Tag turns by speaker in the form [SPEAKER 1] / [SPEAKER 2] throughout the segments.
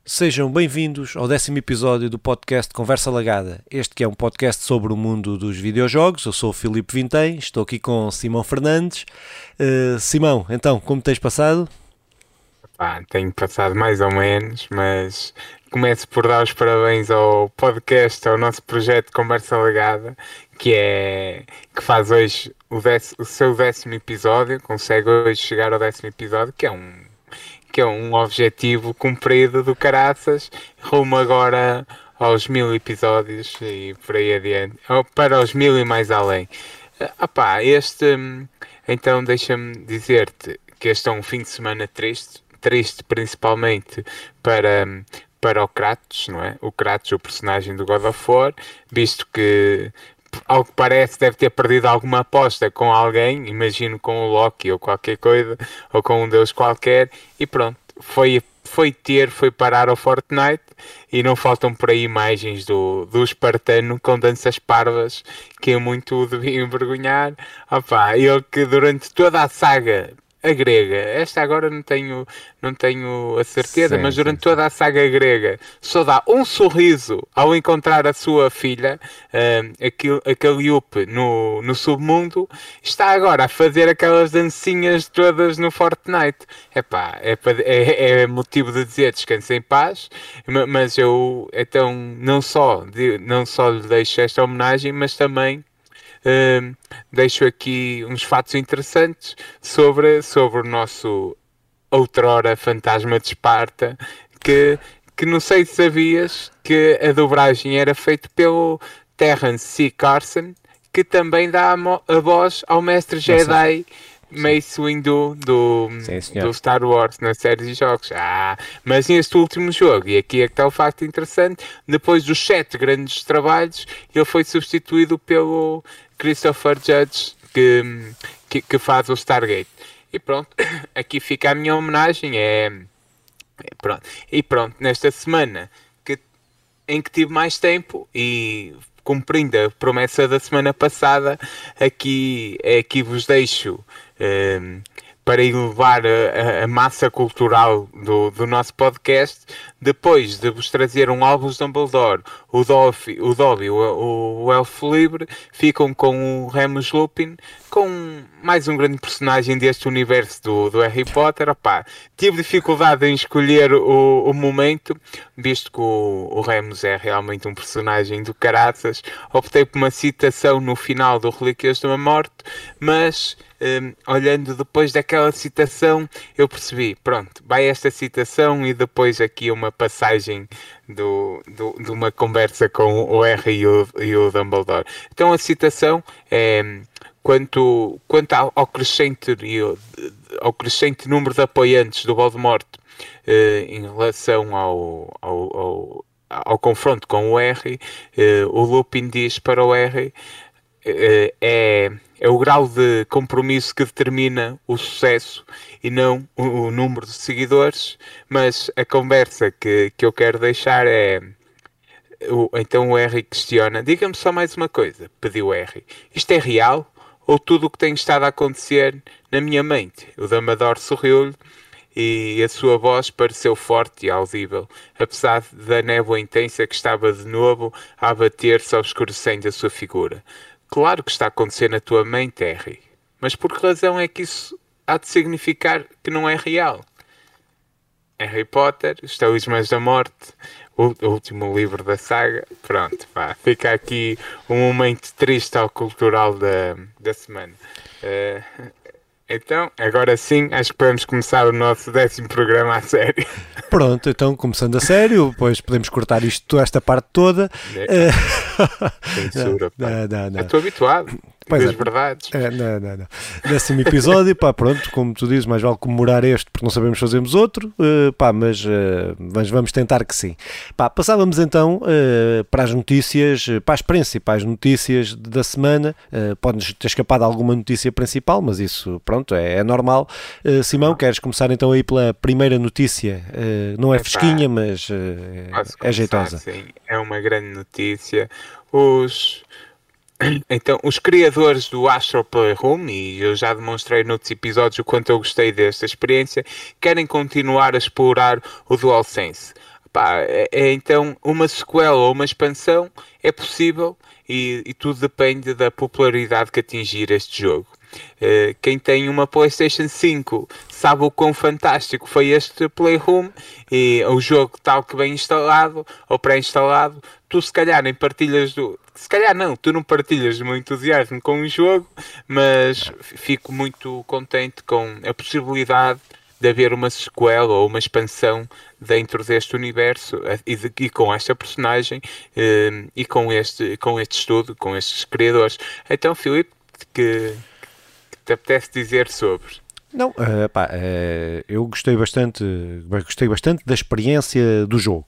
[SPEAKER 1] Sejam bem-vindos ao 10º episódio do podcast Conversa Lagada. Este que é um podcast sobre o mundo dos videojogos. Eu sou o Filipe Vintém, estou aqui com Simão Fernandes. Simão, então, como tens passado?
[SPEAKER 2] Tenho passado mais ou menos, mas começo por dar os parabéns ao podcast, ao nosso projeto Conversa Legada, que faz hoje o seu 10º episódio, consegue hoje chegar ao 10º episódio, que é um objetivo cumprido do caraças, rumo agora aos 1000 episódios e por aí adiante, ou para os 1000 e mais além. Então deixa-me dizer-te que este é um fim de semana triste principalmente para o Kratos, não é? O Kratos, o personagem do God of War, visto que, ao que parece, deve ter perdido alguma aposta com alguém, imagino com o Loki ou qualquer coisa, ou com um deus qualquer, e pronto, foi parar ao Fortnite, e não faltam por aí imagens do espartano com danças parvas que eu muito devia envergonhar. Ele que durante toda a saga a grega, esta agora não tenho a certeza, mas durante toda a saga grega só dá um sorriso ao encontrar a sua filha, aquele Yuppie no submundo, está agora a fazer aquelas dancinhas todas no Fortnite. É motivo de dizer descanse em paz, mas eu então não só lhe deixo esta homenagem, mas também deixo aqui uns fatos interessantes sobre o nosso outrora fantasma de Esparta, que não sei se sabias que a dobragem era feita pelo Terrence C. Carson, que também dá a voz ao mestre Jedi Mace Windu do Star Wars na série de jogos. Mas neste último jogo, e aqui é que está o facto interessante, depois dos 7 grandes trabalhos, ele foi substituído pelo Christopher Judge, que faz o Stargate. E pronto, aqui fica a minha homenagem. Pronto, nesta semana em que tive mais tempo e cumprindo a promessa da semana passada, aqui vos deixo para elevar a massa cultural do nosso podcast, depois de vos trazer um Albus Dumbledore, o Dobby, o Elfo Libre, ficam com o Remus Lupin, com mais um grande personagem deste universo do Harry Potter. Tive dificuldade em escolher o momento, visto que o Remus é realmente um personagem do caraças. Optei por uma citação no final do Relíquias de uma Morte, mas olhando depois daquela citação, eu percebi, pronto, vai esta citação e depois aqui uma passagem de uma conversa com o Harry e o Dumbledore. Então a citação é: quanto ao crescente número de apoiantes do Voldemort em relação ao confronto com o Harry, o Lupin diz para o Harry: é o grau de compromisso que determina o sucesso e não o número de seguidores. Mas a conversa que eu quero deixar é: então o Harry questiona: diga-me só mais uma coisa, pediu o Harry, isto é real ou tudo o que tem estado a acontecer na minha mente? O Dumbledore sorriu-lhe e a sua voz pareceu forte e audível, apesar da névoa intensa que estava de novo a abater-se, obscurecendo a sua figura. Claro que está a acontecer na tua mente, Harry. Mas por que razão é que isso há de significar que não é real? Harry Potter, Os Talismãs da Morte, o último livro da saga. Pronto, fica aqui um momento triste ao cultural da semana. Então, agora sim, acho que podemos começar o nosso 10º programa a sério.
[SPEAKER 1] Pronto, então começando a sério, depois podemos cortar esta parte toda.
[SPEAKER 2] Censura, não. Estou habituado.
[SPEAKER 1] Pois
[SPEAKER 2] das verdades.
[SPEAKER 1] Não. 10º episódio, pronto, como tu dizes, mais vale comemorar este porque não sabemos fazermos outro, mas vamos tentar que sim. Passávamos então para as notícias, para as principais notícias da semana. Pode-nos ter escapado alguma notícia principal, mas isso, pronto, é normal. Simão, queres começar então aí pela primeira notícia? Não é fresquinha, mas é jeitosa.
[SPEAKER 2] Sim, é uma grande notícia. Então, os criadores do Astral Playroom, e eu já demonstrei noutros episódios o quanto eu gostei desta experiência, querem continuar a explorar o DualSense. pá, então uma sequela ou uma expansão é possível e tudo depende da popularidade que atingir este jogo. Quem tem uma PlayStation 5 sabe o quão fantástico foi este Playroom e o jogo tal que bem instalado ou pré-instalado. Tu se calhar nem partilhas se calhar não, tu não partilhas do meu entusiasmo com o jogo, mas fico muito contente com a possibilidade de haver uma sequela ou uma expansão dentro deste universo e com esta personagem e com este estudo, com estes criadores. Então, Filipe, que te apetece dizer sobre?
[SPEAKER 1] Não, eu gostei bastante da experiência do jogo.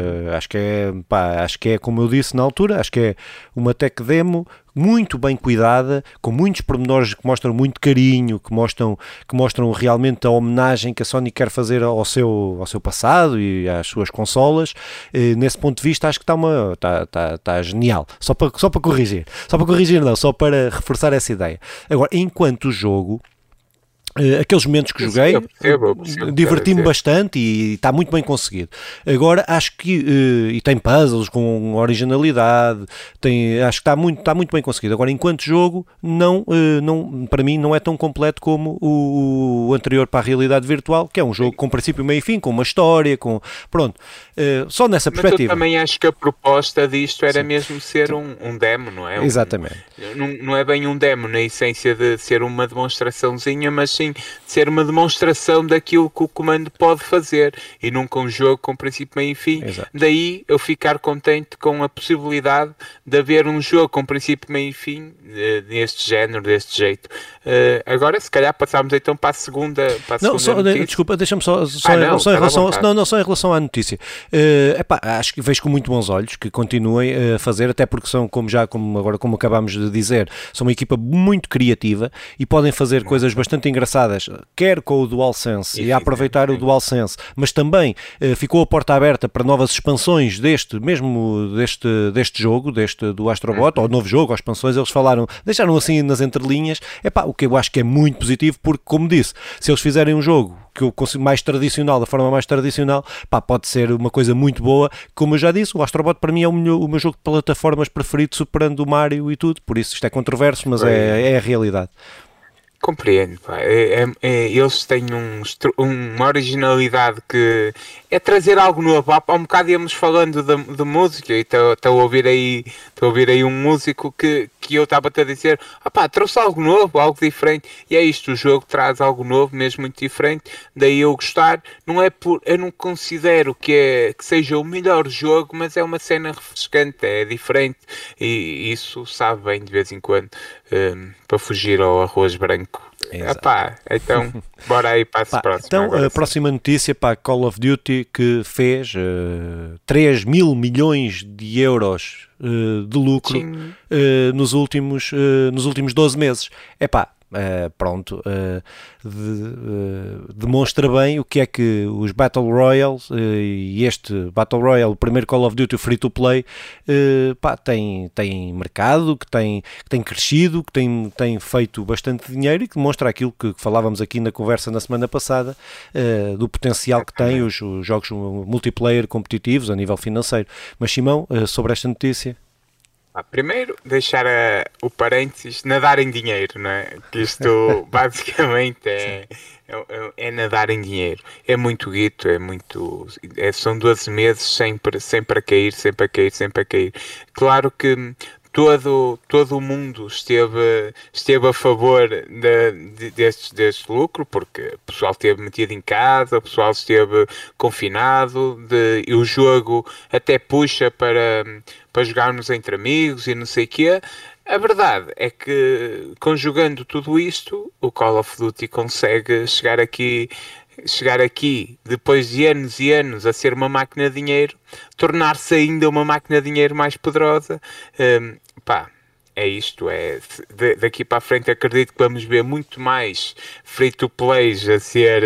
[SPEAKER 1] Acho que é, como eu disse na altura, acho que é uma tech demo muito bem cuidada, com muitos pormenores que mostram muito carinho, que mostram realmente a homenagem que a Sony quer fazer ao seu passado e às suas consolas. Nesse ponto de vista, acho que está genial. Só para corrigir. Só para reforçar essa ideia. Agora, enquanto jogo, aqueles momentos que joguei, diverti-me bastante e está muito bem conseguido. Agora acho que e tem puzzles com originalidade, acho que está muito bem conseguido. Agora, enquanto jogo, não, para mim não é tão completo como o anterior para a realidade virtual, que é um jogo com princípio, meio e fim, com uma história, pronto. Só nessa perspectiva.
[SPEAKER 2] Mas eu também acho que a proposta disto era mesmo ser um demo, não é?
[SPEAKER 1] Exatamente.
[SPEAKER 2] Não é bem um demo na essência de ser uma demonstraçãozinha, mas sim de ser uma demonstração daquilo que o comando pode fazer e nunca um jogo com princípio, meio e fim.
[SPEAKER 1] Exato.
[SPEAKER 2] Daí eu ficar contente com a possibilidade de haver um jogo com princípio, meio e fim deste género, deste jeito. Agora, se calhar, passámos então para a segunda notícia.
[SPEAKER 1] Desculpa, deixa-me só em relação à notícia. Acho que vejo com muito bons olhos que continuem a fazer, até porque são, como acabámos de dizer, são uma equipa muito criativa e podem fazer coisas bastante engraçadas, quer com o DualSense e a aproveitar o DualSense, mas também ficou a porta aberta para novas expansões deste jogo, do Astrobot, ou novo jogo, ou expansões. Eles deixaram assim nas entrelinhas, o que eu acho que é muito positivo, porque, como disse, se eles fizerem um jogo que eu consigo mais tradicional, da forma mais tradicional, pode ser uma coisa muito boa. Como eu já disse, o Astrobot para mim é o meu jogo de plataformas preferido, superando o Mario e tudo, por isso isto é controverso, mas é a realidade.
[SPEAKER 2] Compreendo, pá. Eles têm uma originalidade que é trazer algo novo. Há um bocado íamos falando de música e estou a ouvir aí um músico que eu estava-te a dizer, trouxe algo novo, algo diferente, e é isto, o jogo traz algo novo, mesmo muito diferente, daí eu gostar. Eu não considero que seja o melhor jogo, mas é uma cena refrescante, é diferente, e isso sabe bem de vez em quando, para fugir ao arroz branco. Então, bora aí para a próxima.
[SPEAKER 1] Então, a próxima notícia, Call of Duty, que fez 3 mil milhões de euros de lucro nos últimos 12 meses. Demonstra bem o que é que os Battle Royales e este Battle Royale, o primeiro Call of Duty, o free to play, tem mercado, que tem crescido, que tem feito bastante dinheiro e que demonstra aquilo que falávamos aqui na conversa na semana passada, do potencial que têm os jogos multiplayer competitivos a nível financeiro. Mas, Simão, sobre esta notícia?
[SPEAKER 2] Primeiro, deixar o parênteses, nadar em dinheiro, não é? Que isto basicamente é nadar em dinheiro. É muito guito, são 12 meses sempre a cair. Claro que todo o mundo esteve a favor deste lucro, porque o pessoal esteve metido em casa, o pessoal esteve confinado, e o jogo até puxa para jogarmos entre amigos e não sei o quê. A verdade é que, conjugando tudo isto, o Call of Duty consegue chegar aqui, depois de anos e anos a ser uma máquina de dinheiro, tornar-se ainda uma máquina de dinheiro mais poderosa. É isto, daqui para a frente acredito que vamos ver muito mais free-to-plays a ser,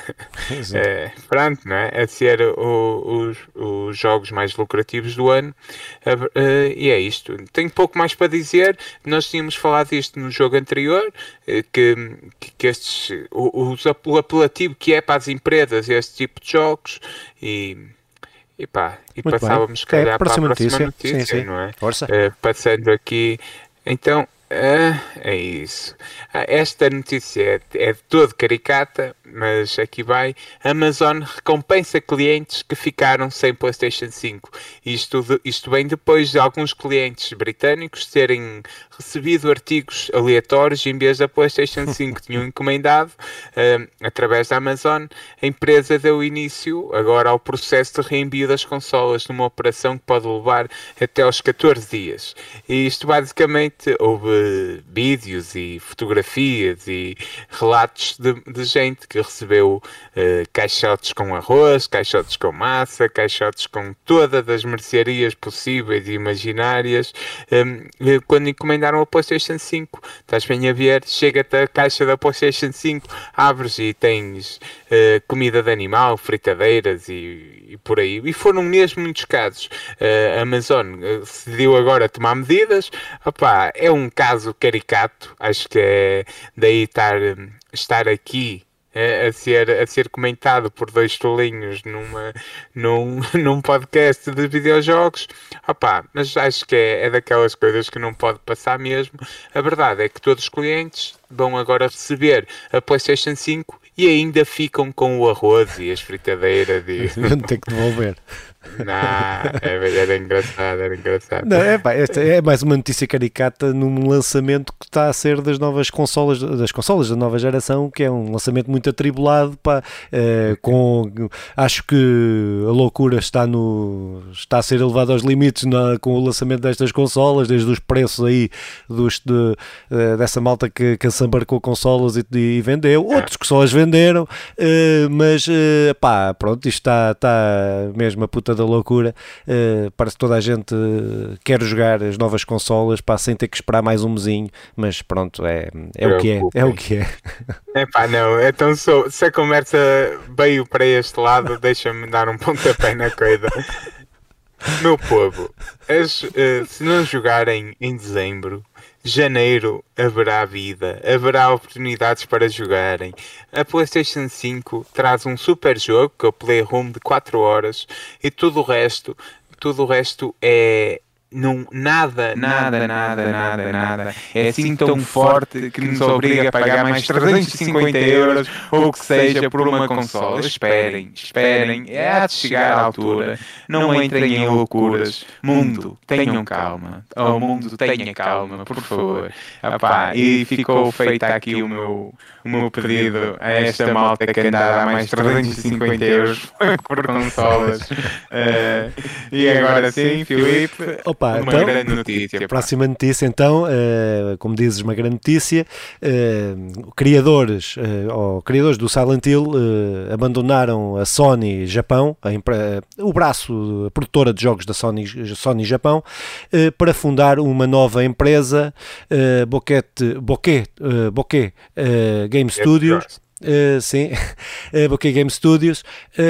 [SPEAKER 2] não é? A ser os jogos mais lucrativos do ano, e é isto. Tenho pouco mais para dizer. Nós tínhamos falado isto no jogo anterior, que o apelativo que é para as empresas este tipo de jogos, e E
[SPEAKER 1] Muito bem.
[SPEAKER 2] passávamos, se calhar, para a
[SPEAKER 1] próxima
[SPEAKER 2] próxima
[SPEAKER 1] notícia.
[SPEAKER 2] notícia,
[SPEAKER 1] Sim.
[SPEAKER 2] não é?
[SPEAKER 1] Força.
[SPEAKER 2] Passando aqui, então, é isso. Esta notícia é de todo caricata, mas aqui vai. Amazon recompensa clientes que ficaram sem PlayStation 5. Isto vem depois de alguns clientes britânicos terem recebido artigos aleatórios em vez da PlayStation 5 que tinham encomendado através da Amazon. A empresa deu início agora ao processo de reenvio das consolas numa operação que pode levar até aos 14 dias. E isto basicamente houve vídeos e fotografias e relatos de gente que recebeu caixotes com arroz, caixotes com massa, caixotes com todas as mercearias possíveis e imaginárias quando encomendaram a PlayStation 5. Estás bem a ver, chega-te a caixa da PlayStation 5, abres e tens comida de animal, fritadeiras e por aí. E foram mesmo muitos casos. A Amazon decidiu agora tomar medidas. Opá, é um caso caricato, acho que é daí estar aqui a ser comentado por dois tolinhos num podcast de videojogos. Opá, mas acho que é daquelas coisas que não pode passar mesmo. A verdade é que todos os clientes vão agora receber a PlayStation 5 e ainda ficam com o arroz e as fritadeiras e...
[SPEAKER 1] Vão ter que devolver.
[SPEAKER 2] Não, era engraçado.
[SPEAKER 1] Não, esta é mais uma notícia caricata num lançamento que está a ser das novas consolas, das consolas da nova geração, que é um lançamento muito atribulado, acho que a loucura está a ser elevada aos limites com o lançamento destas consolas, desde os preços aí dessa malta que se embarcou consolas e vendeu, outros que só as venderam, mas pronto, isto está mesmo a puta da loucura. Parece que toda a gente quer jogar as novas consolas sem ter que esperar mais um mesinho, mas pronto, é o que é.
[SPEAKER 2] Não, então se a conversa veio para este lado, deixa-me dar um pontapé na coisa. Meu povo, se não jogarem em dezembro, janeiro haverá vida, haverá oportunidades para jogarem. A PlayStation 5 traz um super jogo, que é o Playroom de 4 horas, e tudo o resto é... Nada. É assim tão forte que nos obriga a pagar mais 350 euros ou o que seja por uma consola. Esperem. Há de chegar à altura. Não entrem em loucuras. Mundo, tenham calma. Oh, mundo, tenha calma, por favor. E ficou feito aqui o meu pedido a esta malta que anda a dar mais 350 euros por consolas. E agora sim, Filipe...
[SPEAKER 1] Então,
[SPEAKER 2] grande notícia.
[SPEAKER 1] Próxima notícia, então, como dizes, uma grande notícia. Criadores do Silent Hill abandonaram a Sony Japão, o braço, a produtora de jogos da Sony Japão, para fundar uma nova empresa, Bokeh Game Studios. Sim, Bokeh Game Studios.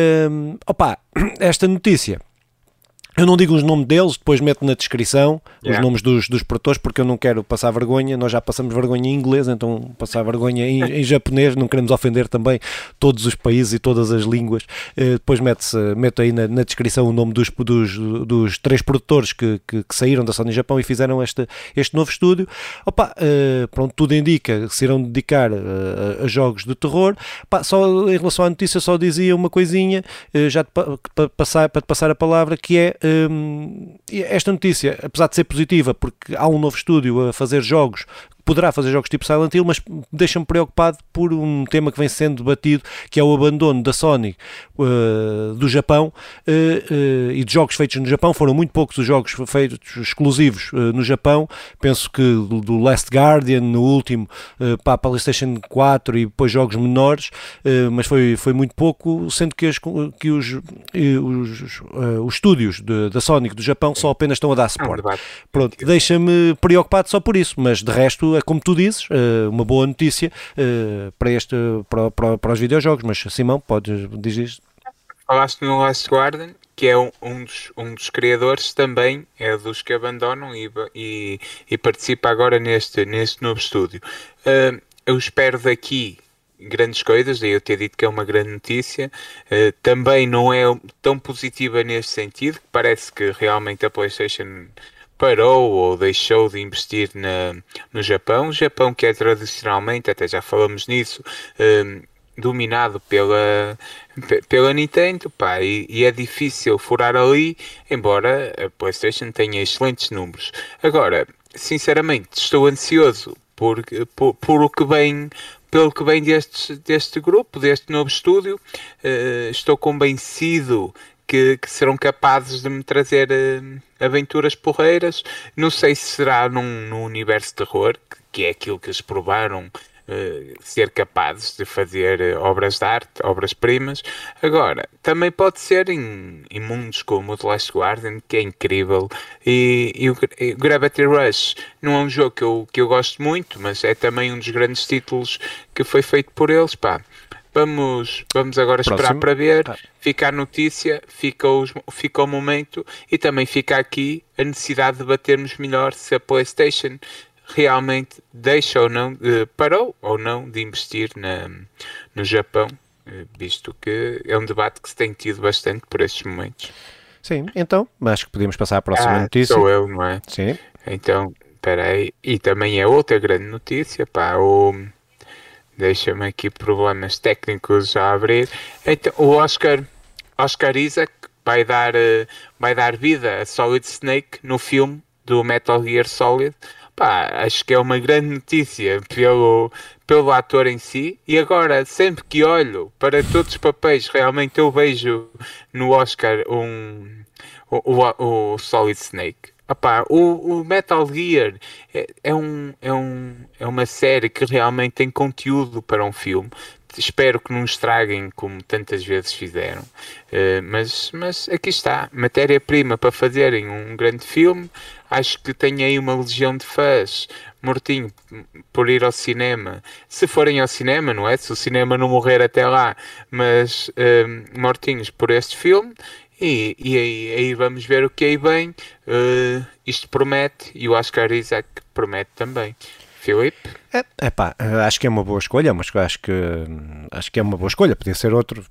[SPEAKER 1] Esta notícia, eu não digo os nomes deles, depois meto na descrição os nomes dos produtores, porque eu não quero passar vergonha. Nós já passamos vergonha em inglês, então passar vergonha em japonês, não queremos ofender também todos os países e todas as línguas. Depois meto aí na descrição o nome dos 3 produtores que saíram da Sony Japão e fizeram este novo estúdio. Pronto, tudo indica que se irão dedicar a jogos de terror. Só em relação à notícia, só dizia uma coisinha, já para te passar a palavra, que é esta notícia, apesar de ser positiva, porque há um novo estúdio a fazer jogos, poderá fazer jogos tipo Silent Hill, mas deixa-me preocupado por um tema que vem sendo debatido, que é o abandono da Sony do Japão e de jogos feitos no Japão. Foram muito poucos os jogos feitos exclusivos no Japão. Penso que do Last Guardian, no último, para a PlayStation 4 e depois jogos menores, mas foi muito pouco, sendo que os estúdios da Sony do Japão só apenas estão a dar suporte. Pronto, deixa-me preocupado só por isso, mas de resto é como tu dizes, uma boa notícia para os videojogos. Mas Simão, podes dizer isto?
[SPEAKER 2] Falaste no Last Guardian, que é um dos criadores também, é dos que abandonam e participa agora neste novo estúdio. Eu espero daqui grandes coisas, daí eu ter dito que é uma grande notícia. Também não é tão positiva neste sentido, que parece que realmente a PlayStation parou ou deixou de investir no Japão. O Japão, que é tradicionalmente, até já falamos nisso, dominado pela Nintendo, pá, e é difícil furar ali, embora a PlayStation tenha excelentes números. Agora, sinceramente, estou ansioso por o que vem, pelo que vem deste grupo, deste novo estúdio. Estou convencido que serão capazes de me trazer aventuras porreiras. Não sei se será num universo de terror, que é aquilo que eles provaram ser capazes de fazer obras de arte, obras-primas. Agora, também pode ser em mundos como o The Last Guardian, que é incrível, e o Gravity Rush não é um jogo que eu gosto muito, mas é também um dos grandes títulos que foi feito por eles, pá. Vamos agora esperar
[SPEAKER 1] Próximo.
[SPEAKER 2] para ver, fica a notícia, fica o momento, e também fica aqui a necessidade de debatermos melhor se a PlayStation realmente deixa ou não, parou ou não de investir no Japão, visto que é um debate que se tem tido bastante por estes momentos.
[SPEAKER 1] Sim, então, acho que podemos passar à próxima notícia.
[SPEAKER 2] Sou eu, não é?
[SPEAKER 1] Sim.
[SPEAKER 2] Então, espera aí. E também é outra grande notícia, pá, deixa-me aqui problemas técnicos a abrir. Então, o Oscar Isaac vai dar vida a Solid Snake no filme do Metal Gear Solid. Pá, acho que é uma grande notícia pelo ator em si. E agora, sempre que olho para todos os papéis, realmente eu vejo no Oscar o Solid Snake. Opá, o Metal Gear é uma série que realmente tem conteúdo para um filme. Espero que não estraguem como tantas vezes fizeram. Mas aqui está, matéria-prima para fazerem um grande filme. Acho que tem aí uma legião de fãs mortinho por ir ao cinema. Se forem ao cinema, não é? Se o cinema não morrer até lá, mas mortinhos por este filme. E aí vamos ver o que aí vem. Isto promete, e o Oscar Isaac promete também. Filipe?
[SPEAKER 1] Acho que é uma boa escolha, mas acho que é uma boa escolha. Poderia ser outro,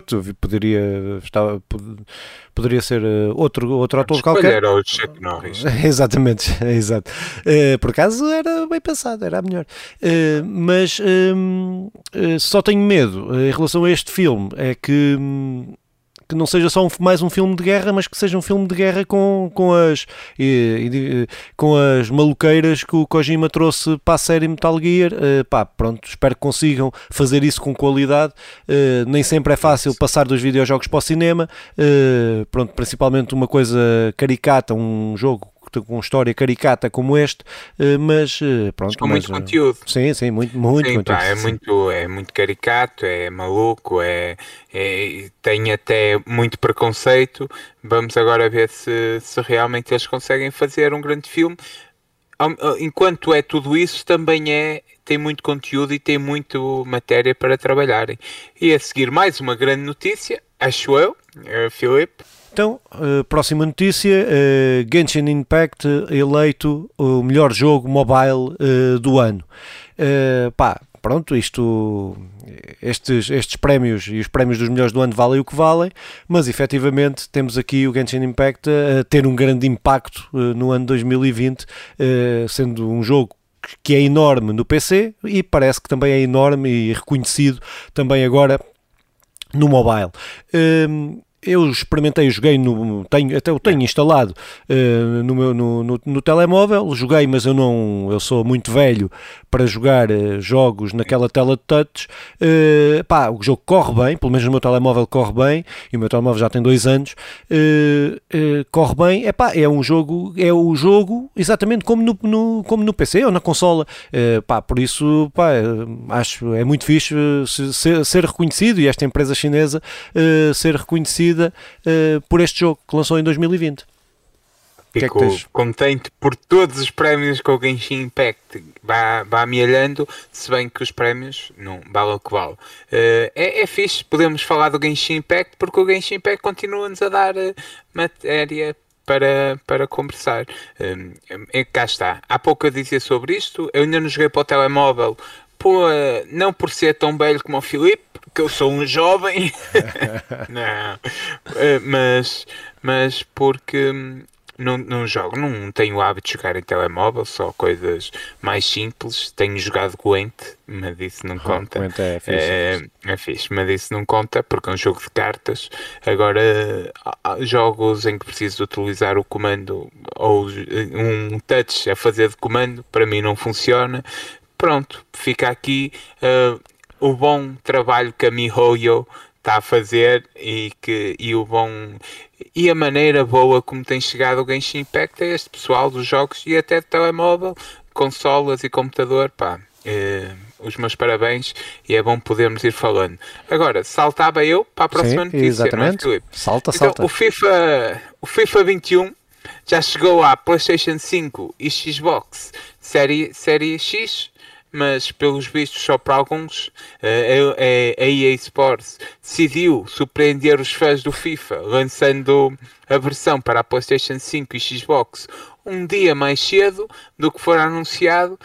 [SPEAKER 1] poderia ser outro ator qualquer.
[SPEAKER 2] Era o Chuck Norris.
[SPEAKER 1] Exatamente, exato. Por acaso era bem pensado, era a melhor. Mas só tenho medo em relação a este filme, é que não seja só mais um filme de guerra, mas que seja um filme de guerra com as maluqueiras que o Kojima trouxe para a série Metal Gear. Pronto, espero que consigam fazer isso com qualidade. Nem sempre é fácil passar dos videojogos para o cinema. Pronto, principalmente uma coisa caricata, um jogo com história caricata como este, mas pronto.
[SPEAKER 2] Com muito conteúdo.
[SPEAKER 1] Sim, muito conteúdo.
[SPEAKER 2] Pá, é muito caricato, é maluco, tem até muito preconceito. Vamos agora ver se realmente eles conseguem fazer um grande filme. Enquanto é tudo isso, também tem muito conteúdo e tem muito matéria para trabalharem. E a seguir mais uma grande notícia, acho eu, Filipe.
[SPEAKER 1] Então, próxima notícia, Genshin Impact eleito o melhor jogo mobile do ano. Pronto, estes prémios e os prémios dos melhores do ano valem o que valem, mas efetivamente temos aqui o Genshin Impact a ter um grande impacto no ano 2020, sendo um jogo que é enorme no PC e parece que também é enorme e reconhecido também agora no mobile. Eu experimentei, joguei, até o tenho instalado no telemóvel, joguei, mas eu sou muito velho para jogar jogos naquela tela de touch. O jogo corre bem, pelo menos no meu telemóvel corre bem, e o meu telemóvel já tem 2 anos, corre bem. É o jogo exatamente como no PC ou na consola. Por isso, acho é muito fixe ser reconhecido, e esta empresa chinesa ser reconhecida por este jogo que lançou em 2020.
[SPEAKER 2] Fico contente por todos os prémios que o Genshin Impact vai amealhando, se bem que os prémios não valem o que vale. É fixe, podemos falar do Genshin Impact, porque o Genshin Impact continua-nos a dar matéria para conversar. Cá está. Há pouco eu dizia sobre isto, eu ainda não joguei para o telemóvel, não por ser tão velho como o Filipe, porque eu sou um jovem, não, mas porque não jogo, não tenho o hábito de jogar em telemóvel, só coisas mais simples. Tenho jogado Gwent, mas isso não conta.
[SPEAKER 1] Gwent é fixe.
[SPEAKER 2] É fixe, mas isso não conta porque é um jogo de cartas. Agora, há jogos em que preciso de utilizar o comando ou um touch a fazer de comando, para mim não funciona. Pronto, fica aqui o bom trabalho que a MiHoYo está a fazer e a maneira boa como tem chegado o Genshin Impact a este pessoal dos jogos e até de telemóvel, consolas e computador, pá. Os meus parabéns e é bom podermos ir falando. Agora, saltava eu para a próxima
[SPEAKER 1] Sim,
[SPEAKER 2] notícia,
[SPEAKER 1] exatamente.
[SPEAKER 2] não é, Filipe?
[SPEAKER 1] Salta,
[SPEAKER 2] Então,
[SPEAKER 1] salta.
[SPEAKER 2] o FIFA 21 já chegou à PlayStation 5 e Xbox série X, mas pelos vistos só para alguns. A EA Sports decidiu surpreender os fãs do FIFA, lançando a versão para a PlayStation 5 e Xbox um dia mais cedo do que for anunciado,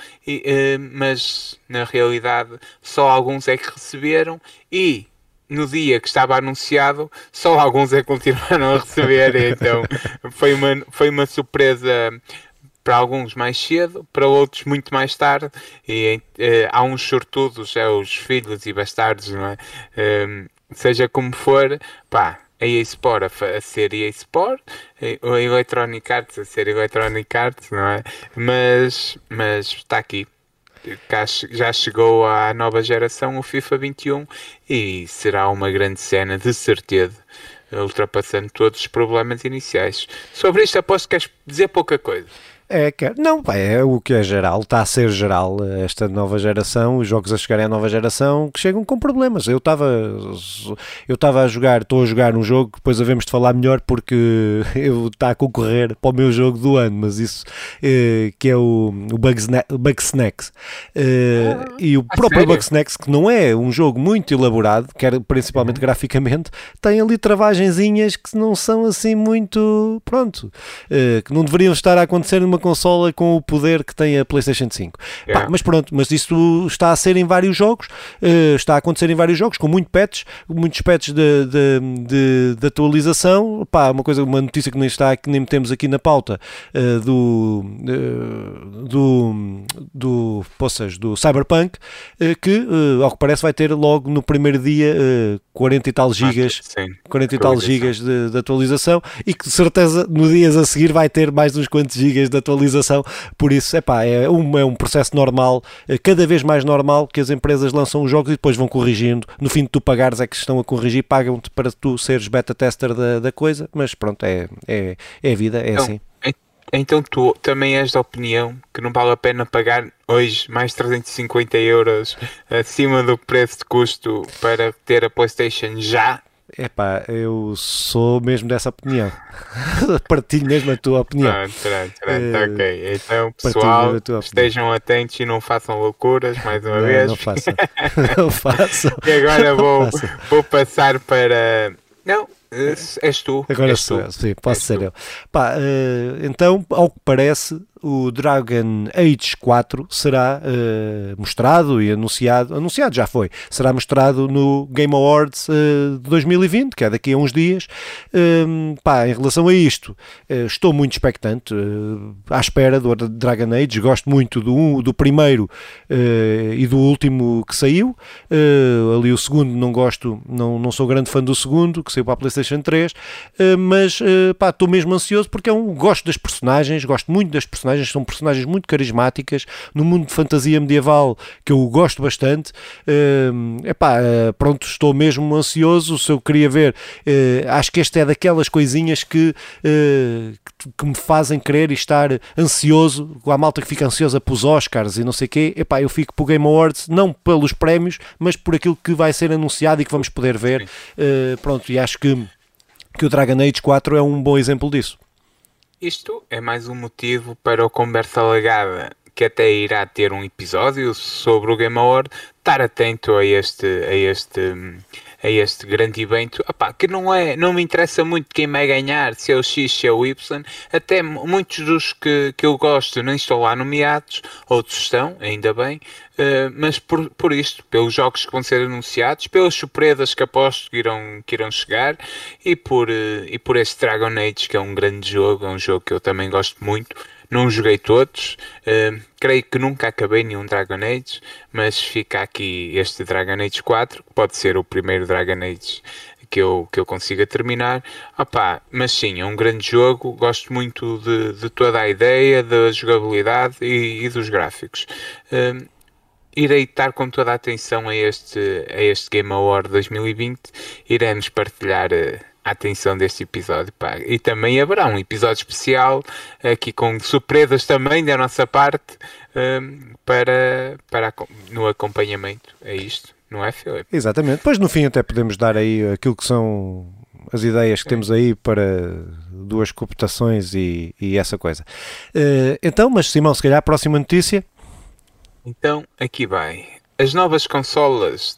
[SPEAKER 2] mas na realidade só alguns é que receberam e no dia que estava anunciado só alguns é que continuaram a receber, então foi uma surpresa para alguns mais cedo, para outros muito mais tarde, e há uns sortudos, os filhos e bastardos, não é? Seja como for, pá, a EA Sport a ser EA Sport, a Electronic Arts a ser Electronic Arts, não é? Mas está aqui. Já chegou à nova geração, o FIFA 21, e será uma grande cena, de certeza, ultrapassando todos os problemas iniciais. Sobre isto aposto que queres dizer pouca coisa.
[SPEAKER 1] Não, pá, é o que é geral, está a ser geral esta nova geração, os jogos a chegarem à nova geração que chegam com problemas. Eu estava a jogar, estou a jogar um jogo, depois havemos de falar melhor porque está a concorrer para o meu jogo do ano, mas isso que é o Bugsnax. E o próprio Bugsnax, que não é um jogo muito elaborado, principalmente graficamente, tem ali travagenzinhas que não são assim muito, pronto, que não deveriam estar a acontecer numa consola com o poder que tem a PlayStation 5. Pá, mas pronto, mas isso está a ser em vários jogos, está a acontecer em vários jogos, com muitos patches de atualização. Pá, uma notícia que nem metemos aqui na pauta, do Cyberpunk, que ao que parece vai ter logo no primeiro dia 40 e tal gigas, 40 e tal gigas de atualização, e que de certeza no dias a seguir vai ter mais uns quantos gigas de atualização. Por isso, é um processo normal, cada vez mais normal, que as empresas lançam os jogos e depois vão corrigindo. No fim de tu pagares é que estão a corrigir, pagam-te para tu seres beta tester da coisa, mas pronto, é a vida, é assim.
[SPEAKER 2] Então tu também és da opinião que não vale a pena pagar hoje mais 350 euros acima do preço de custo para ter a PlayStation já?
[SPEAKER 1] Epá, eu sou mesmo dessa opinião. Partilho mesmo a tua opinião.
[SPEAKER 2] Ok. Então, pessoal, estejam atentos e não façam loucuras mais uma vez.
[SPEAKER 1] Não façam. Não façam.
[SPEAKER 2] E agora vou passar para... Não, és tu.
[SPEAKER 1] Agora sou eu, sim, posso ser eu. Pá, então, ao que parece, o Dragon Age 4 será mostrado e anunciado já foi, será mostrado no Game Awards de 2020, que é daqui a uns dias. Pá, em relação a isto, estou muito expectante, à espera do Dragon Age. Gosto muito do primeiro e do último que saiu. Ali o segundo não gosto, não sou grande fã do segundo, que saiu para a PlayStation 3, mas pá, estou mesmo ansioso porque gosto das personagens, gosto muito das personagens, são personagens muito carismáticas no mundo de fantasia medieval, que eu gosto bastante. Pronto, estou mesmo ansioso. Se eu queria ver, acho que esta é daquelas coisinhas que me fazem querer e estar ansioso. A malta que fica ansiosa pelos Oscars e não sei o quê, eu fico para o Game Awards, não pelos prémios, mas por aquilo que vai ser anunciado e que vamos poder ver. Pronto, e acho que o Dragon Age 4 é um bom exemplo disso.
[SPEAKER 2] Isto é mais um motivo para o Conversa Legada, que até irá ter um episódio sobre o Game Award, estar atento a a este grande evento, opá, que não me interessa muito quem vai ganhar, se é o X, se é o Y, até muitos dos que eu gosto nem estão lá nomeados, outros estão, ainda bem, mas por isto, pelos jogos que vão ser anunciados, pelas surpresas que aposto que irão chegar e por este Dragon Age, que é um grande jogo, é um jogo que eu também gosto muito. Não joguei todos, creio que nunca acabei nenhum Dragon Age, mas fica aqui este Dragon Age 4, que pode ser o primeiro Dragon Age que eu consiga terminar. Opá, mas sim, é um grande jogo, gosto muito de toda a ideia, da jogabilidade e dos gráficos. Irei estar com toda a atenção a este Game Award 2020, iremos partilhar a atenção deste episódio, pá. E também haverá um episódio especial aqui com surpresas também da nossa parte no acompanhamento. É isto, não é, Filipe?
[SPEAKER 1] Exatamente. Depois no fim até podemos dar aí aquilo que são as ideias que temos aí para duas cooptações e essa coisa. Então, mas Simão, se calhar a próxima notícia.
[SPEAKER 2] Então, aqui vai. As novas consolas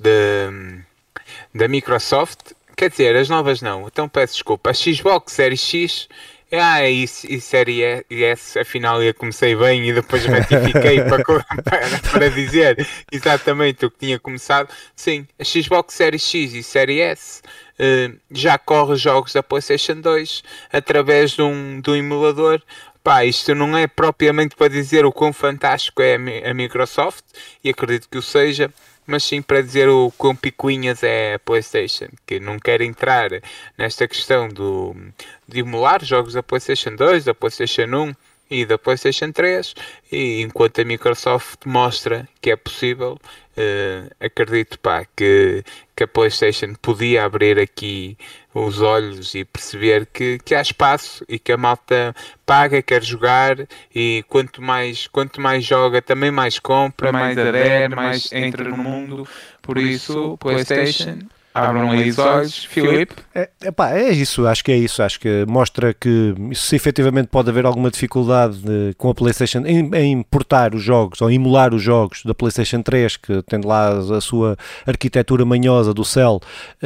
[SPEAKER 2] da Microsoft, quer dizer, as novas não, então peço desculpa, a Xbox Series X e Série S, afinal eu comecei bem e depois retifiquei para dizer exatamente o que tinha começado. Sim, a Xbox Series X e Série S já corre jogos da PlayStation 2 através de um emulador. Pá, isto não é propriamente para dizer o quão fantástico é a Microsoft, e acredito que o seja, mas sim para dizer o quão picuinhas é a PlayStation, que não quer entrar nesta questão de emular jogos da PlayStation 2, da PlayStation 1 e da PlayStation 3, e enquanto a Microsoft mostra que é possível, acredito, pá, que a PlayStation podia abrir aqui os olhos e perceber que há espaço e que a malta paga, quer jogar, e quanto mais joga, também mais compra, mais adere, mais entra no mundo. Por isso, PlayStation, abram aí os olhos. Filipe?
[SPEAKER 1] É isso, acho que é isso. Acho que mostra que se efetivamente pode haver alguma dificuldade com a PlayStation em portar os jogos ou emular os jogos da PlayStation 3, que tem lá a sua arquitetura manhosa do Cell,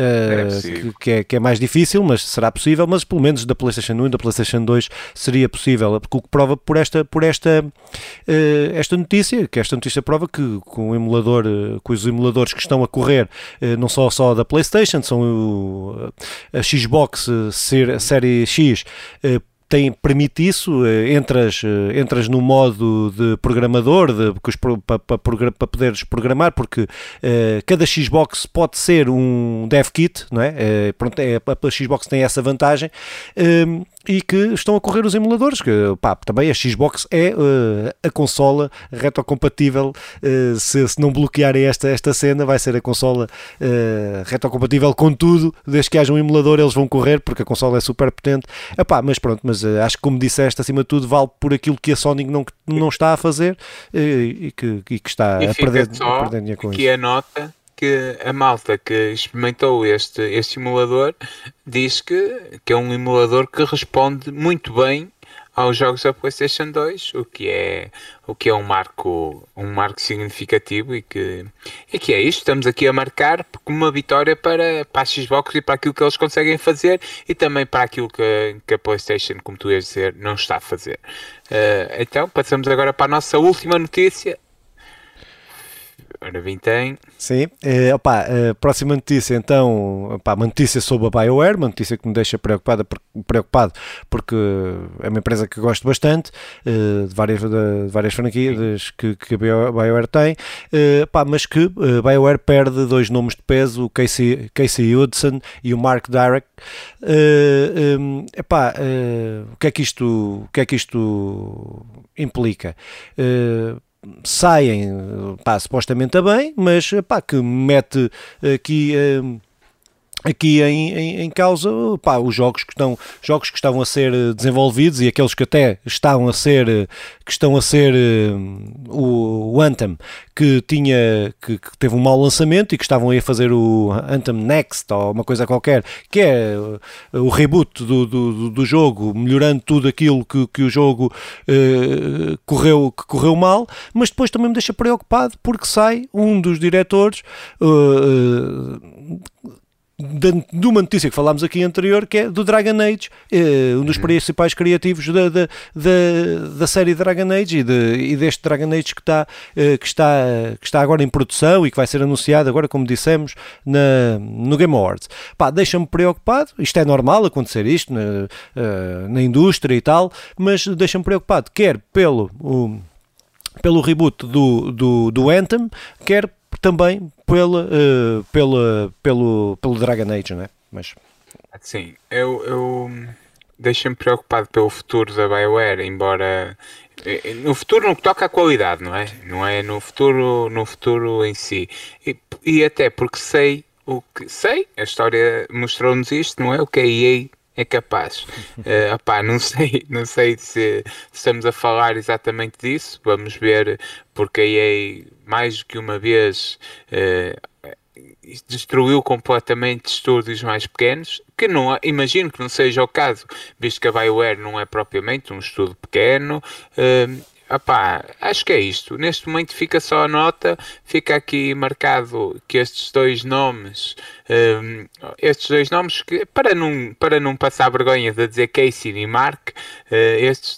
[SPEAKER 1] que é mais difícil, mas será possível. Mas pelo menos da PlayStation 1 e da PlayStation 2 seria possível, porque o que prova por esta notícia, que esta notícia prova que com o emulador, com os emuladores que estão a correr, não só da PlayStation, são a Xbox Série X, permite isso, entras no modo de programador para poderes programar, porque cada Xbox pode ser um dev kit, não é? Pronto, a Xbox tem essa vantagem, e que estão a correr os emuladores, que pá, também a Xbox é a consola retrocompatível, se não bloquearem esta cena, vai ser a consola retrocompatível com tudo, desde que haja um emulador eles vão correr, porque a consola é super potente. Mas pronto, acho que como disseste, acima de tudo, vale por aquilo que a Sony não está a fazer, e que está a perder dinheiro com isso.
[SPEAKER 2] E a nota que a malta que experimentou este emulador diz que é um emulador que responde muito bem aos jogos da PlayStation 2, o que é um marco significativo e que é isto. Estamos aqui a marcar como uma vitória para a Xbox e para aquilo que eles conseguem fazer, e também para aquilo que a PlayStation, como tu ias dizer, não está a fazer. Então passamos agora para a nossa última notícia. Ora, vintém.
[SPEAKER 1] Sim, a próxima notícia, então, uma notícia sobre a BioWare, uma notícia que me deixa preocupado porque é uma empresa que gosto bastante, de várias franquias que a BioWare tem, mas que a BioWare perde dois nomes de peso, o Casey Hudson e o Mark Dirac. O que é que isto implica? Saem, supostamente a bem, mas que mete aqui em causa os jogos que estavam a ser desenvolvidos, e aqueles que até estão a ser o Anthem, que teve um mau lançamento e que estavam aí a fazer o Anthem Next ou uma coisa qualquer, que é o reboot do jogo, melhorando tudo aquilo que o jogo correu mal. Mas depois também me deixa preocupado porque sai um dos diretores de uma notícia que falámos aqui anterior, que é do Dragon Age, um dos principais criativos da série Dragon Age e deste Dragon Age que está agora em produção e que vai ser anunciado agora, como dissemos, no Game Awards. Pá, deixa-me preocupado, isto é normal acontecer isto na indústria e tal, mas deixa-me preocupado, quer pelo reboot do Anthem, quer também pelo Dragon Age, não é? Mas...
[SPEAKER 2] Sim, eu deixo-me preocupado pelo futuro da BioWare, embora no futuro no que toca à qualidade, não é? Não é no futuro em si. E até porque sei, a história mostrou-nos isto, não é? O que a EA é capaz. Não sei se estamos a falar exatamente disso. Vamos ver, porque a EA mais do que uma vez destruiu completamente estúdios mais pequenos, que não, imagino que não seja o caso, visto que a BioWare não é propriamente um estúdio pequeno. Acho que é isto. Neste momento fica só a nota, fica aqui marcado que estes dois nomes que, para não passar vergonha de dizer Casey e Mark, estes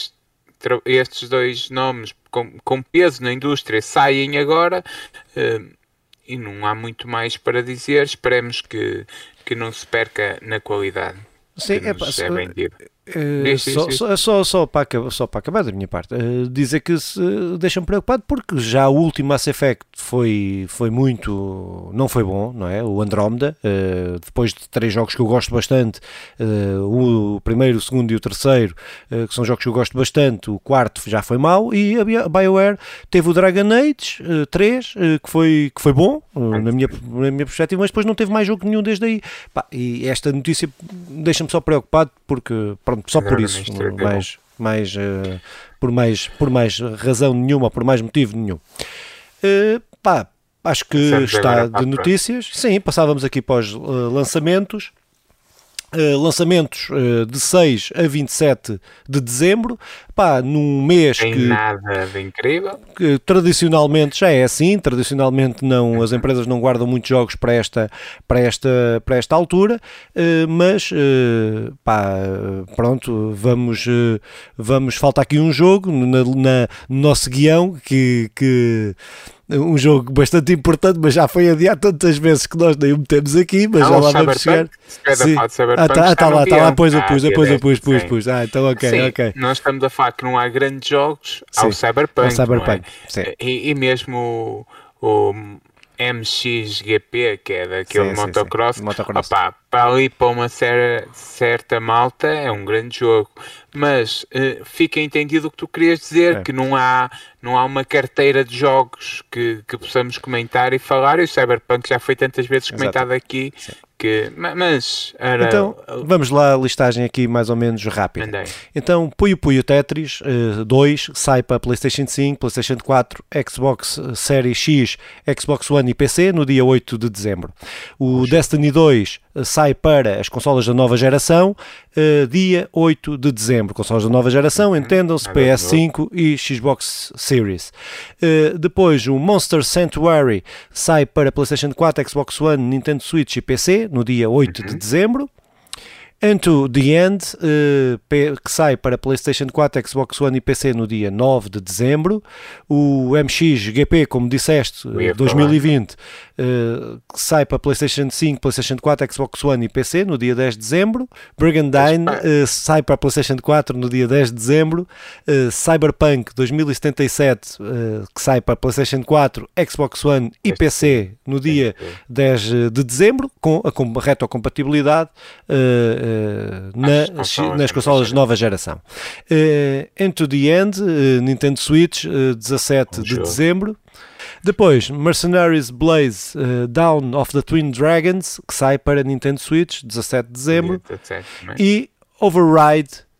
[SPEAKER 2] dois nomes com peso na indústria saem agora, e não há muito mais para dizer. Esperemos que não se perca na qualidade.
[SPEAKER 1] Sim,
[SPEAKER 2] é vendido.
[SPEAKER 1] Só para acabar da minha parte, dizer que deixa-me preocupado porque já o último Mass Effect foi muito, não foi bom, não é? O Andrómeda, depois de 3 jogos que eu gosto bastante, o primeiro, o segundo e o terceiro, que são jogos que eu gosto bastante, o quarto já foi mau, e a BioWare teve o Dragon Age 3, que foi bom, na minha perspectiva, mas depois não teve mais jogo nenhum desde aí. E esta notícia deixa-me só preocupado porque, pronto, só por isso, por mais razão nenhuma, por mais motivo nenhum. Acho que está de notícias. Sim, passávamos aqui para os lançamentos. Lançamentos de 6 a 27 de dezembro, num mês
[SPEAKER 2] que nada de incrível,
[SPEAKER 1] que tradicionalmente já é assim, as empresas não guardam muitos jogos para esta altura, mas pronto, vamos falta aqui um jogo no nosso guião que um jogo bastante importante, mas já foi adiado tantas vezes que nós nem o metemos aqui, mas já lá vamos chegar. Está lá, depois eu pus. Então ok.
[SPEAKER 2] Nós estamos a falar que não há grandes jogos ao Cyberpunk, e mesmo o MXGP, que é daquele motocross. Para ali, para uma certa malta, é um grande jogo, mas fica entendido o que tu querias dizer, que não há uma carteira de jogos que possamos comentar e falar, e o Cyberpunk já foi tantas vezes comentado aqui.
[SPEAKER 1] Então, vamos lá, a listagem aqui mais ou menos rápida. Então, Puyo Puyo Tetris 2 sai para PlayStation 5, PlayStation 4, Xbox Series X, Xbox One e PC no dia 8 de dezembro. O Destiny 2 sai para as consolas da nova geração dia 8 de dezembro. Consolas da nova geração, entendam-se, PS5 e Xbox Series. Depois, o Monster Sanctuary sai para PlayStation 4, Xbox One, Nintendo Switch e PC no dia 8 de dezembro. Into the End, que sai para PlayStation 4, Xbox One e PC no dia 9 de dezembro. O MXGP, como disseste, 2020, que sai para PlayStation 5, PlayStation 4, Xbox One e PC no dia 10 de dezembro. Brigandine sai para PlayStation 4 no dia 10 de dezembro. Cyberpunk 2077, que sai para PlayStation 4, Xbox One e PC no dia 10 de dezembro, com a retrocompatibilidade nas consolas de nova geração. Into the End, Nintendo Switch, 17 de dezembro. Depois, Mercenaries Blaze Dawn of the Twin Dragons, que sai para Nintendo Switch, 17 de dezembro. E Override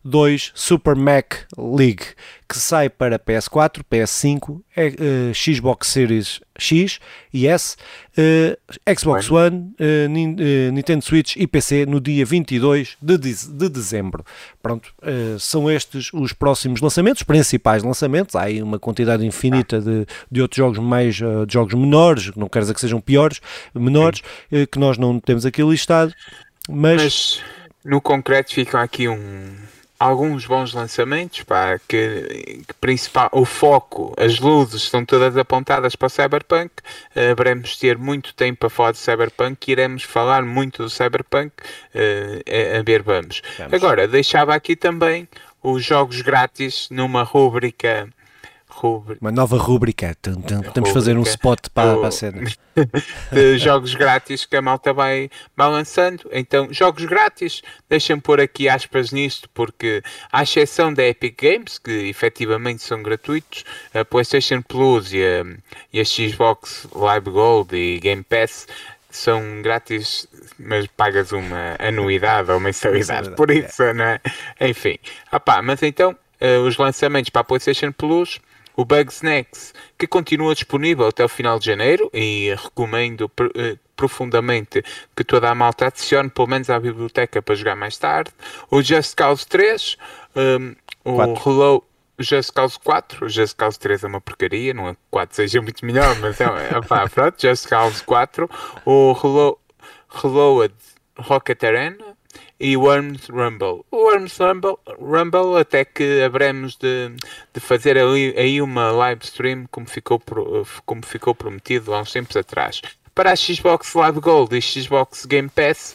[SPEAKER 1] 2 Super Mac League, que sai para PS4, PS5, Xbox Series X e S, Xbox One, Nintendo Switch e PC no dia 22 de dezembro. Pronto, são estes os próximos lançamentos, os principais lançamentos. Há aí uma quantidade infinita de outros jogos, mais de jogos menores, não quero dizer que sejam piores, menores, que nós não temos aqui listado, mas
[SPEAKER 2] no concreto ficam aqui alguns bons lançamentos, pá, que principal, o foco, as luzes estão todas apontadas para o Cyberpunk. Veremos ter muito tempo para falar de Cyberpunk, iremos falar muito do Cyberpunk, a ver, vamos. Agora, deixava aqui também os jogos grátis numa rúbrica.
[SPEAKER 1] Uma nova rúbrica. Temos de fazer um spot para a cena.
[SPEAKER 2] De jogos grátis que a malta vai lançando. Então, jogos grátis, deixem-me pôr aqui aspas nisto, porque à exceção da Epic Games, que efetivamente são gratuitos, a PlayStation Plus e a Xbox Live Gold e Game Pass são grátis, mas pagas uma anuidade ou mensalidade por isso, não é? Enfim. Mas então, os lançamentos para a PlayStation Plus: o Bugsnax, que continua disponível até o final de janeiro, e recomendo profundamente que toda a malta adicione pelo menos à biblioteca para jogar mais tarde. O Just Cause 3, o Just Cause 4, o Just Cause 3 é uma porcaria, não é que 4 seja muito melhor, mas pronto, Just Cause 4, o Reload Rocket Arena e o Worms Rumble. O Worms Rumble até que haveremos de fazer aí uma live stream, como ficou prometido há uns tempos atrás. Para a Xbox Live Gold e Xbox Game Pass,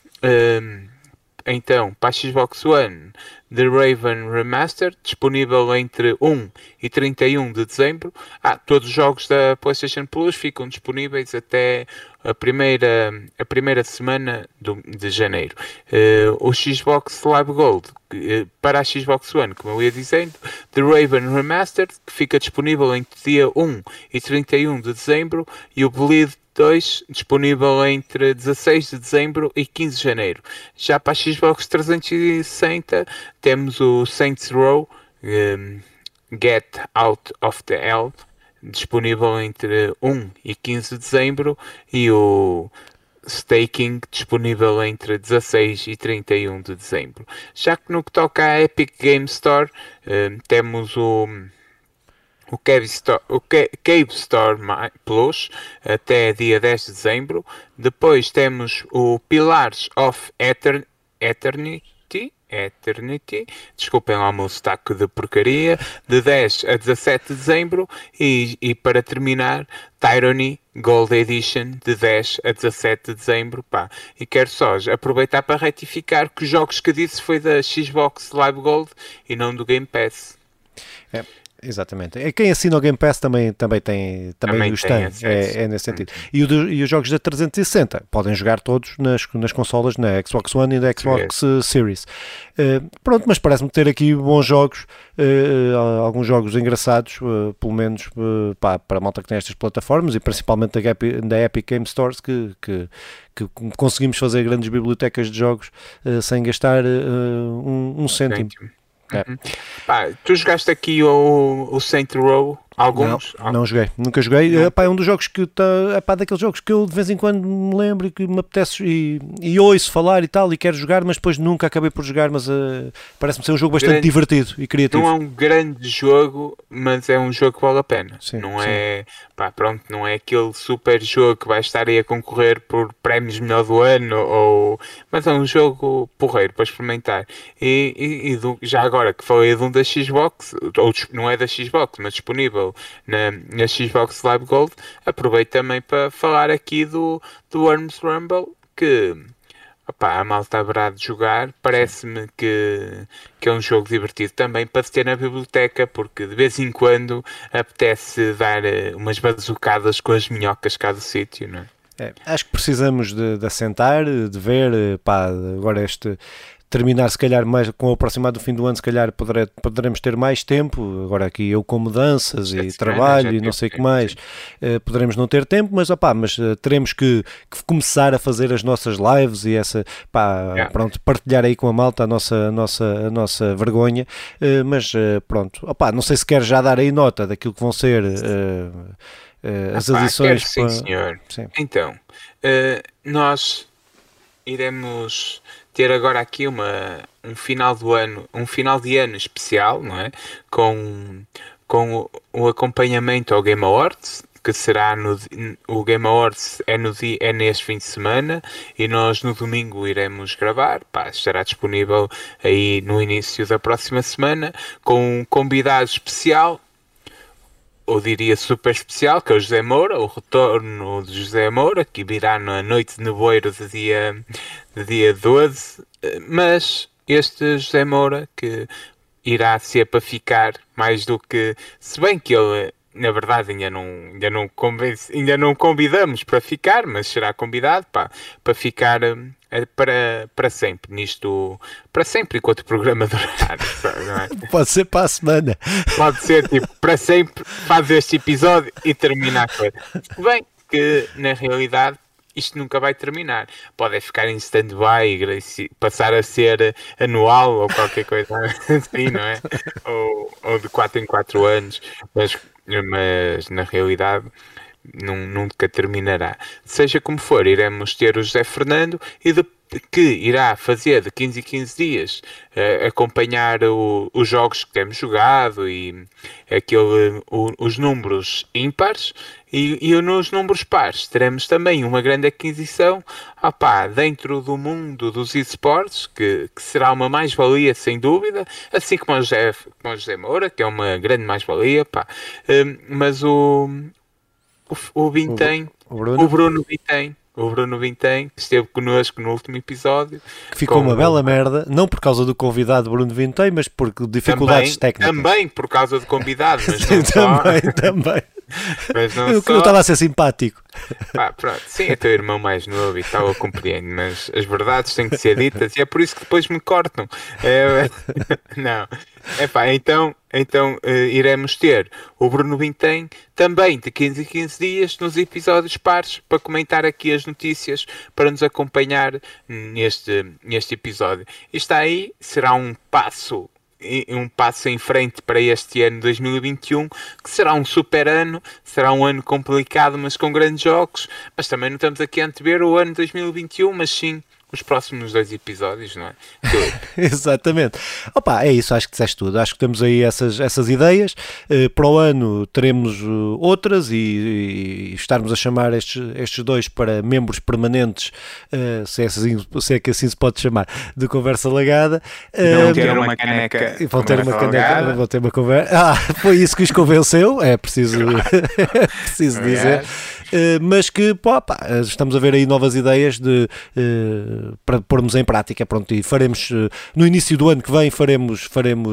[SPEAKER 2] então, para a Xbox One, The Raven Remastered, disponível entre 1 e 31 de dezembro. Todos os jogos da PlayStation Plus ficam disponíveis até a primeira semana de janeiro. O Xbox Live Gold, para a Xbox One, como eu ia dizendo, The Raven Remastered, que fica disponível entre dia 1 e 31 de dezembro, e o Bleed 2, disponível entre 16 de dezembro e 15 de janeiro. Já para a Xbox 360 temos o Saints Row Get Out of the Hell, disponível entre 1 e 15 de dezembro, e o Staking, disponível entre 16 e 31 de dezembro. Já que no que toca à Epic Game Store, temos o Cave Store Plus até dia 10 de dezembro. Depois temos o Pillars of Eternity, desculpem lá o meu sotaque de porcaria, de 10 a 17 de dezembro. E para terminar, Tyranny Gold Edition, de 10 a 17 de dezembro. E quero só aproveitar para retificar que os jogos que disse foi da Xbox Live Gold e não do Game Pass.
[SPEAKER 1] Exatamente. Quem assina o Game Pass também os tem, é nesse sentido. E os jogos da 360 podem jogar todos nas consolas, na Xbox One e na Xbox Series. Pronto, mas parece-me ter aqui bons jogos, alguns jogos engraçados, pelo menos para a malta que tem estas plataformas, e principalmente da Epic Game Stores, que conseguimos fazer grandes bibliotecas de jogos sem gastar um cêntimo.
[SPEAKER 2] Tu jogaste aqui o Saints Row? Alguns?
[SPEAKER 1] Não joguei, nunca joguei. É um dos jogos que daqueles jogos que eu de vez em quando me lembro e que me apetece e ouço falar e tal, e quero jogar, mas depois nunca acabei por jogar. Mas parece-me ser um jogo bastante divertido e criativo.
[SPEAKER 2] Não é um grande jogo, mas é um jogo que vale a pena.
[SPEAKER 1] Sim,
[SPEAKER 2] não é aquele super jogo que vai estar aí a concorrer por prémios melhor do ano, mas é um jogo porreiro para experimentar. Já agora que falei de um da Xbox, não é da Xbox, mas disponível na Xbox Live Gold, aproveito também para falar aqui do Worms Rumble, que a malta haverá de jogar. Parece-me que é um jogo divertido também para se ter na biblioteca, porque de vez em quando apetece dar umas bazucadas com as minhocas cá do sítio, não é?
[SPEAKER 1] Acho que precisamos de assentar, de ver, agora terminar se calhar mais com o aproximado do fim do ano, se calhar poderemos ter mais tempo, agora aqui eu com mudanças e trabalho e não sei o que mais, poderemos não ter tempo, mas teremos que começar a fazer as nossas lives e pronto, partilhar aí com a malta a nossa vergonha, mas pronto, não sei se quer já dar aí nota daquilo que vão ser as adições.
[SPEAKER 2] Sim, senhor. Sim. Então, nós iremos ter agora aqui um final de ano especial, não é? Com o acompanhamento ao Game Awards, que será o Game Awards é neste fim de semana, e nós no domingo iremos gravar, estará disponível aí no início da próxima semana, com um convidado especial, ou diria super especial, que é o José Moura, o retorno de José Moura, que virá na noite de nevoeiro de dia 12, mas este José Moura, que irá ser para ficar, mais do que, se bem que ele, na verdade, ainda não convidamos para ficar, mas será convidado para ficar para sempre, para sempre, enquanto o programa durar. Não é?
[SPEAKER 1] Pode ser para a semana.
[SPEAKER 2] Pode ser, para sempre, faz este episódio e termina a coisa. Bem, que na realidade isto nunca vai terminar. Pode ficar em stand-by e passar a ser anual ou qualquer coisa assim, não é? Ou de 4 em 4 anos, mas na realidade nunca terminará. Seja como for, iremos ter o José Fernando que irá fazer de 15 em 15 dias acompanhar os jogos que temos jogado e os números ímpares, e nos números pares teremos também uma grande aquisição dentro do mundo dos esportes, que será uma mais-valia sem dúvida, assim como o José Moura, que é uma grande mais-valia, mas o Vintém, o Bruno Vintém, que esteve connosco no último episódio.
[SPEAKER 1] Que ficou uma bela merda, não por causa do convidado Bruno Vintém, mas por dificuldades técnicas.
[SPEAKER 2] Também por causa do convidado, mas não só.
[SPEAKER 1] Também.
[SPEAKER 2] Mas não
[SPEAKER 1] eu estava a ser simpático.
[SPEAKER 2] Pronto. Sim, é teu irmão mais novo e tal, eu compreendo, mas as verdades têm que ser ditas e é por isso que depois me cortam. Não. Então iremos ter o Bruno Vintém também de 15 em 15 dias nos episódios pares para comentar aqui as notícias, para nos acompanhar neste episódio. Isto aí será um passo em frente para este ano 2021, que será um super ano, será um ano complicado, mas com grandes jogos, mas também não estamos aqui a antever o ano 2021, mas sim os próximos 2 episódios, não é?
[SPEAKER 1] Exatamente. É isso, acho que disseste tudo. Acho que temos aí essas ideias. Para o ano teremos outras e estarmos a chamar estes 2 para membros permanentes, se é que assim se pode chamar, de Conversa Lagada.
[SPEAKER 2] Vão ter uma caneca.
[SPEAKER 1] Vão ter uma conversa. Foi isso que os convenceu, é preciso, preciso dizer. Mas que estamos a ver aí novas ideias para pormos em prática, pronto, e faremos no início do ano que vem faremos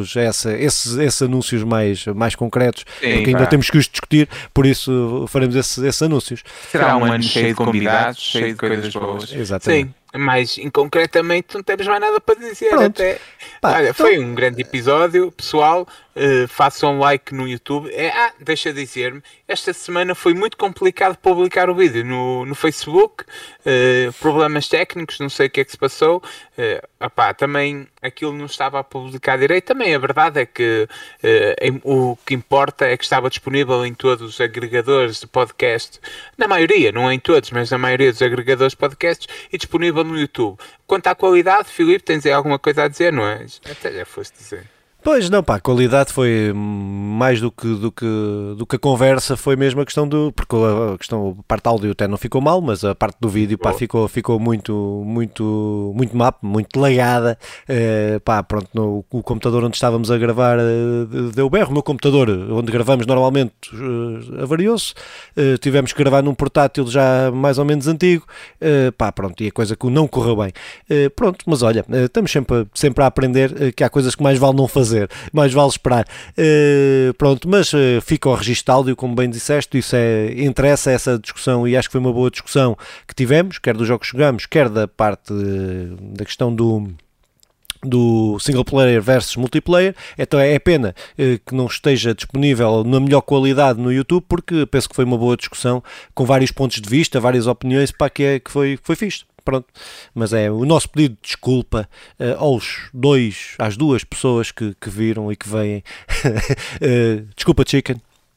[SPEAKER 1] esses anúncios mais concretos, porque ainda temos que os discutir, por isso faremos esses anúncios.
[SPEAKER 2] Será um ano cheio de convidados, cheio de coisas boas.
[SPEAKER 1] Exatamente.
[SPEAKER 2] Sim. Mas, concretamente, não temos mais nada para dizer.
[SPEAKER 1] Pronto.
[SPEAKER 2] Olha, foi um grande episódio, pessoal. Façam um like no YouTube. Deixa dizer-me, esta semana foi muito complicado publicar o vídeo no Facebook. Problemas técnicos, não sei o que é que se passou. Também aquilo não estava a publicar direito. Também a verdade é que o que importa é que estava disponível em todos os agregadores de podcast. Na maioria, não em todos, mas na maioria dos agregadores de podcasts, e disponível no YouTube. Quanto à qualidade, Filipe, tens aí alguma coisa a dizer, não é? Até já foste dizer.
[SPEAKER 1] Pois não, a qualidade foi mais do que a conversa, foi mesmo a questão porque a parte áudio até não ficou mal, mas a parte do vídeo ficou muito má, muito lagada. Pronto, o computador onde estávamos a gravar deu berro. O meu computador, onde gravamos normalmente, avariou-se. Tivemos que gravar num portátil já mais ou menos antigo. Pronto, e a coisa que não correu bem. Pronto, mas olha, estamos sempre a aprender que há coisas que mais vale não fazer. Mais vale esperar. Pronto, mas fica o registro áudio, como bem disseste, isso interessa essa discussão, e acho que foi uma boa discussão que tivemos, quer dos jogos que jogamos, quer da parte da questão do single player versus multiplayer. Então é pena que não esteja disponível na melhor qualidade no YouTube, porque penso que foi uma boa discussão com vários pontos de vista, várias opiniões, para que foi fixe. Pronto. Mas é o nosso pedido de desculpa às duas pessoas que viram e que veem. Desculpa, Chicken.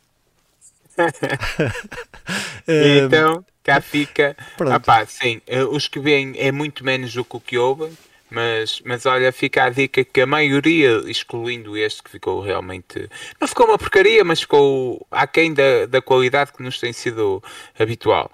[SPEAKER 2] Então, cá fica.
[SPEAKER 1] Pronto.
[SPEAKER 2] Sim, os que veem é muito menos do que o que ouvem. Mas olha, fica a dica que a maioria, excluindo este que ficou realmente... Não ficou uma porcaria, mas ficou aquém da qualidade que nos tem sido habitual.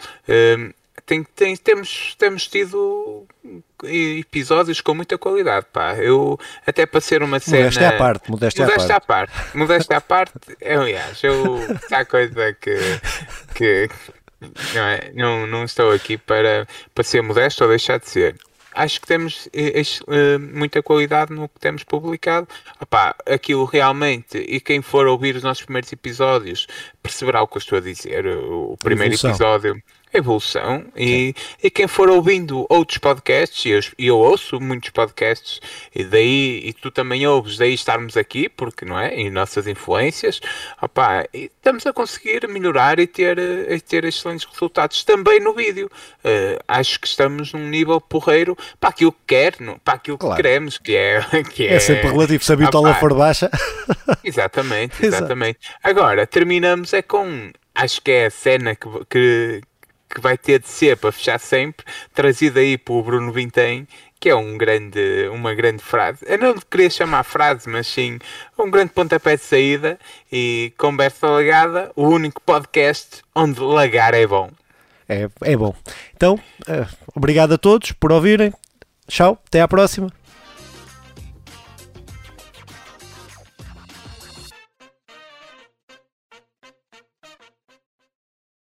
[SPEAKER 2] Temos tido episódios com muita qualidade, pá. Eu, até para ser uma cena... Modéstia à parte, aliás, há coisa que não estou aqui para ser modesto ou deixar de ser. Acho que temos muita qualidade no que temos publicado. Aquilo realmente, e quem for ouvir os nossos primeiros episódios perceberá o que eu estou a dizer. O primeiro episódio, a evolução, e quem for ouvindo outros podcasts, e eu ouço muitos podcasts, e tu também ouves, daí estarmos aqui, porque não é? E nossas influências, e estamos a conseguir melhorar e ter excelentes resultados também no vídeo. Acho que estamos num nível porreiro para aquilo que para aquilo que queremos, que é
[SPEAKER 1] sempre relativo, se a bitola for baixa.
[SPEAKER 2] Exatamente. Agora, terminamos com, acho que é a cena que vai ter de ser, para fechar sempre, trazida aí pelo Bruno Vintém, que é uma grande frase. Eu não queria chamar frase, mas sim um grande pontapé de saída, e conversa lagada, o único podcast onde lagar é bom.
[SPEAKER 1] É bom. Então, obrigado a todos por ouvirem. Tchau, até à próxima.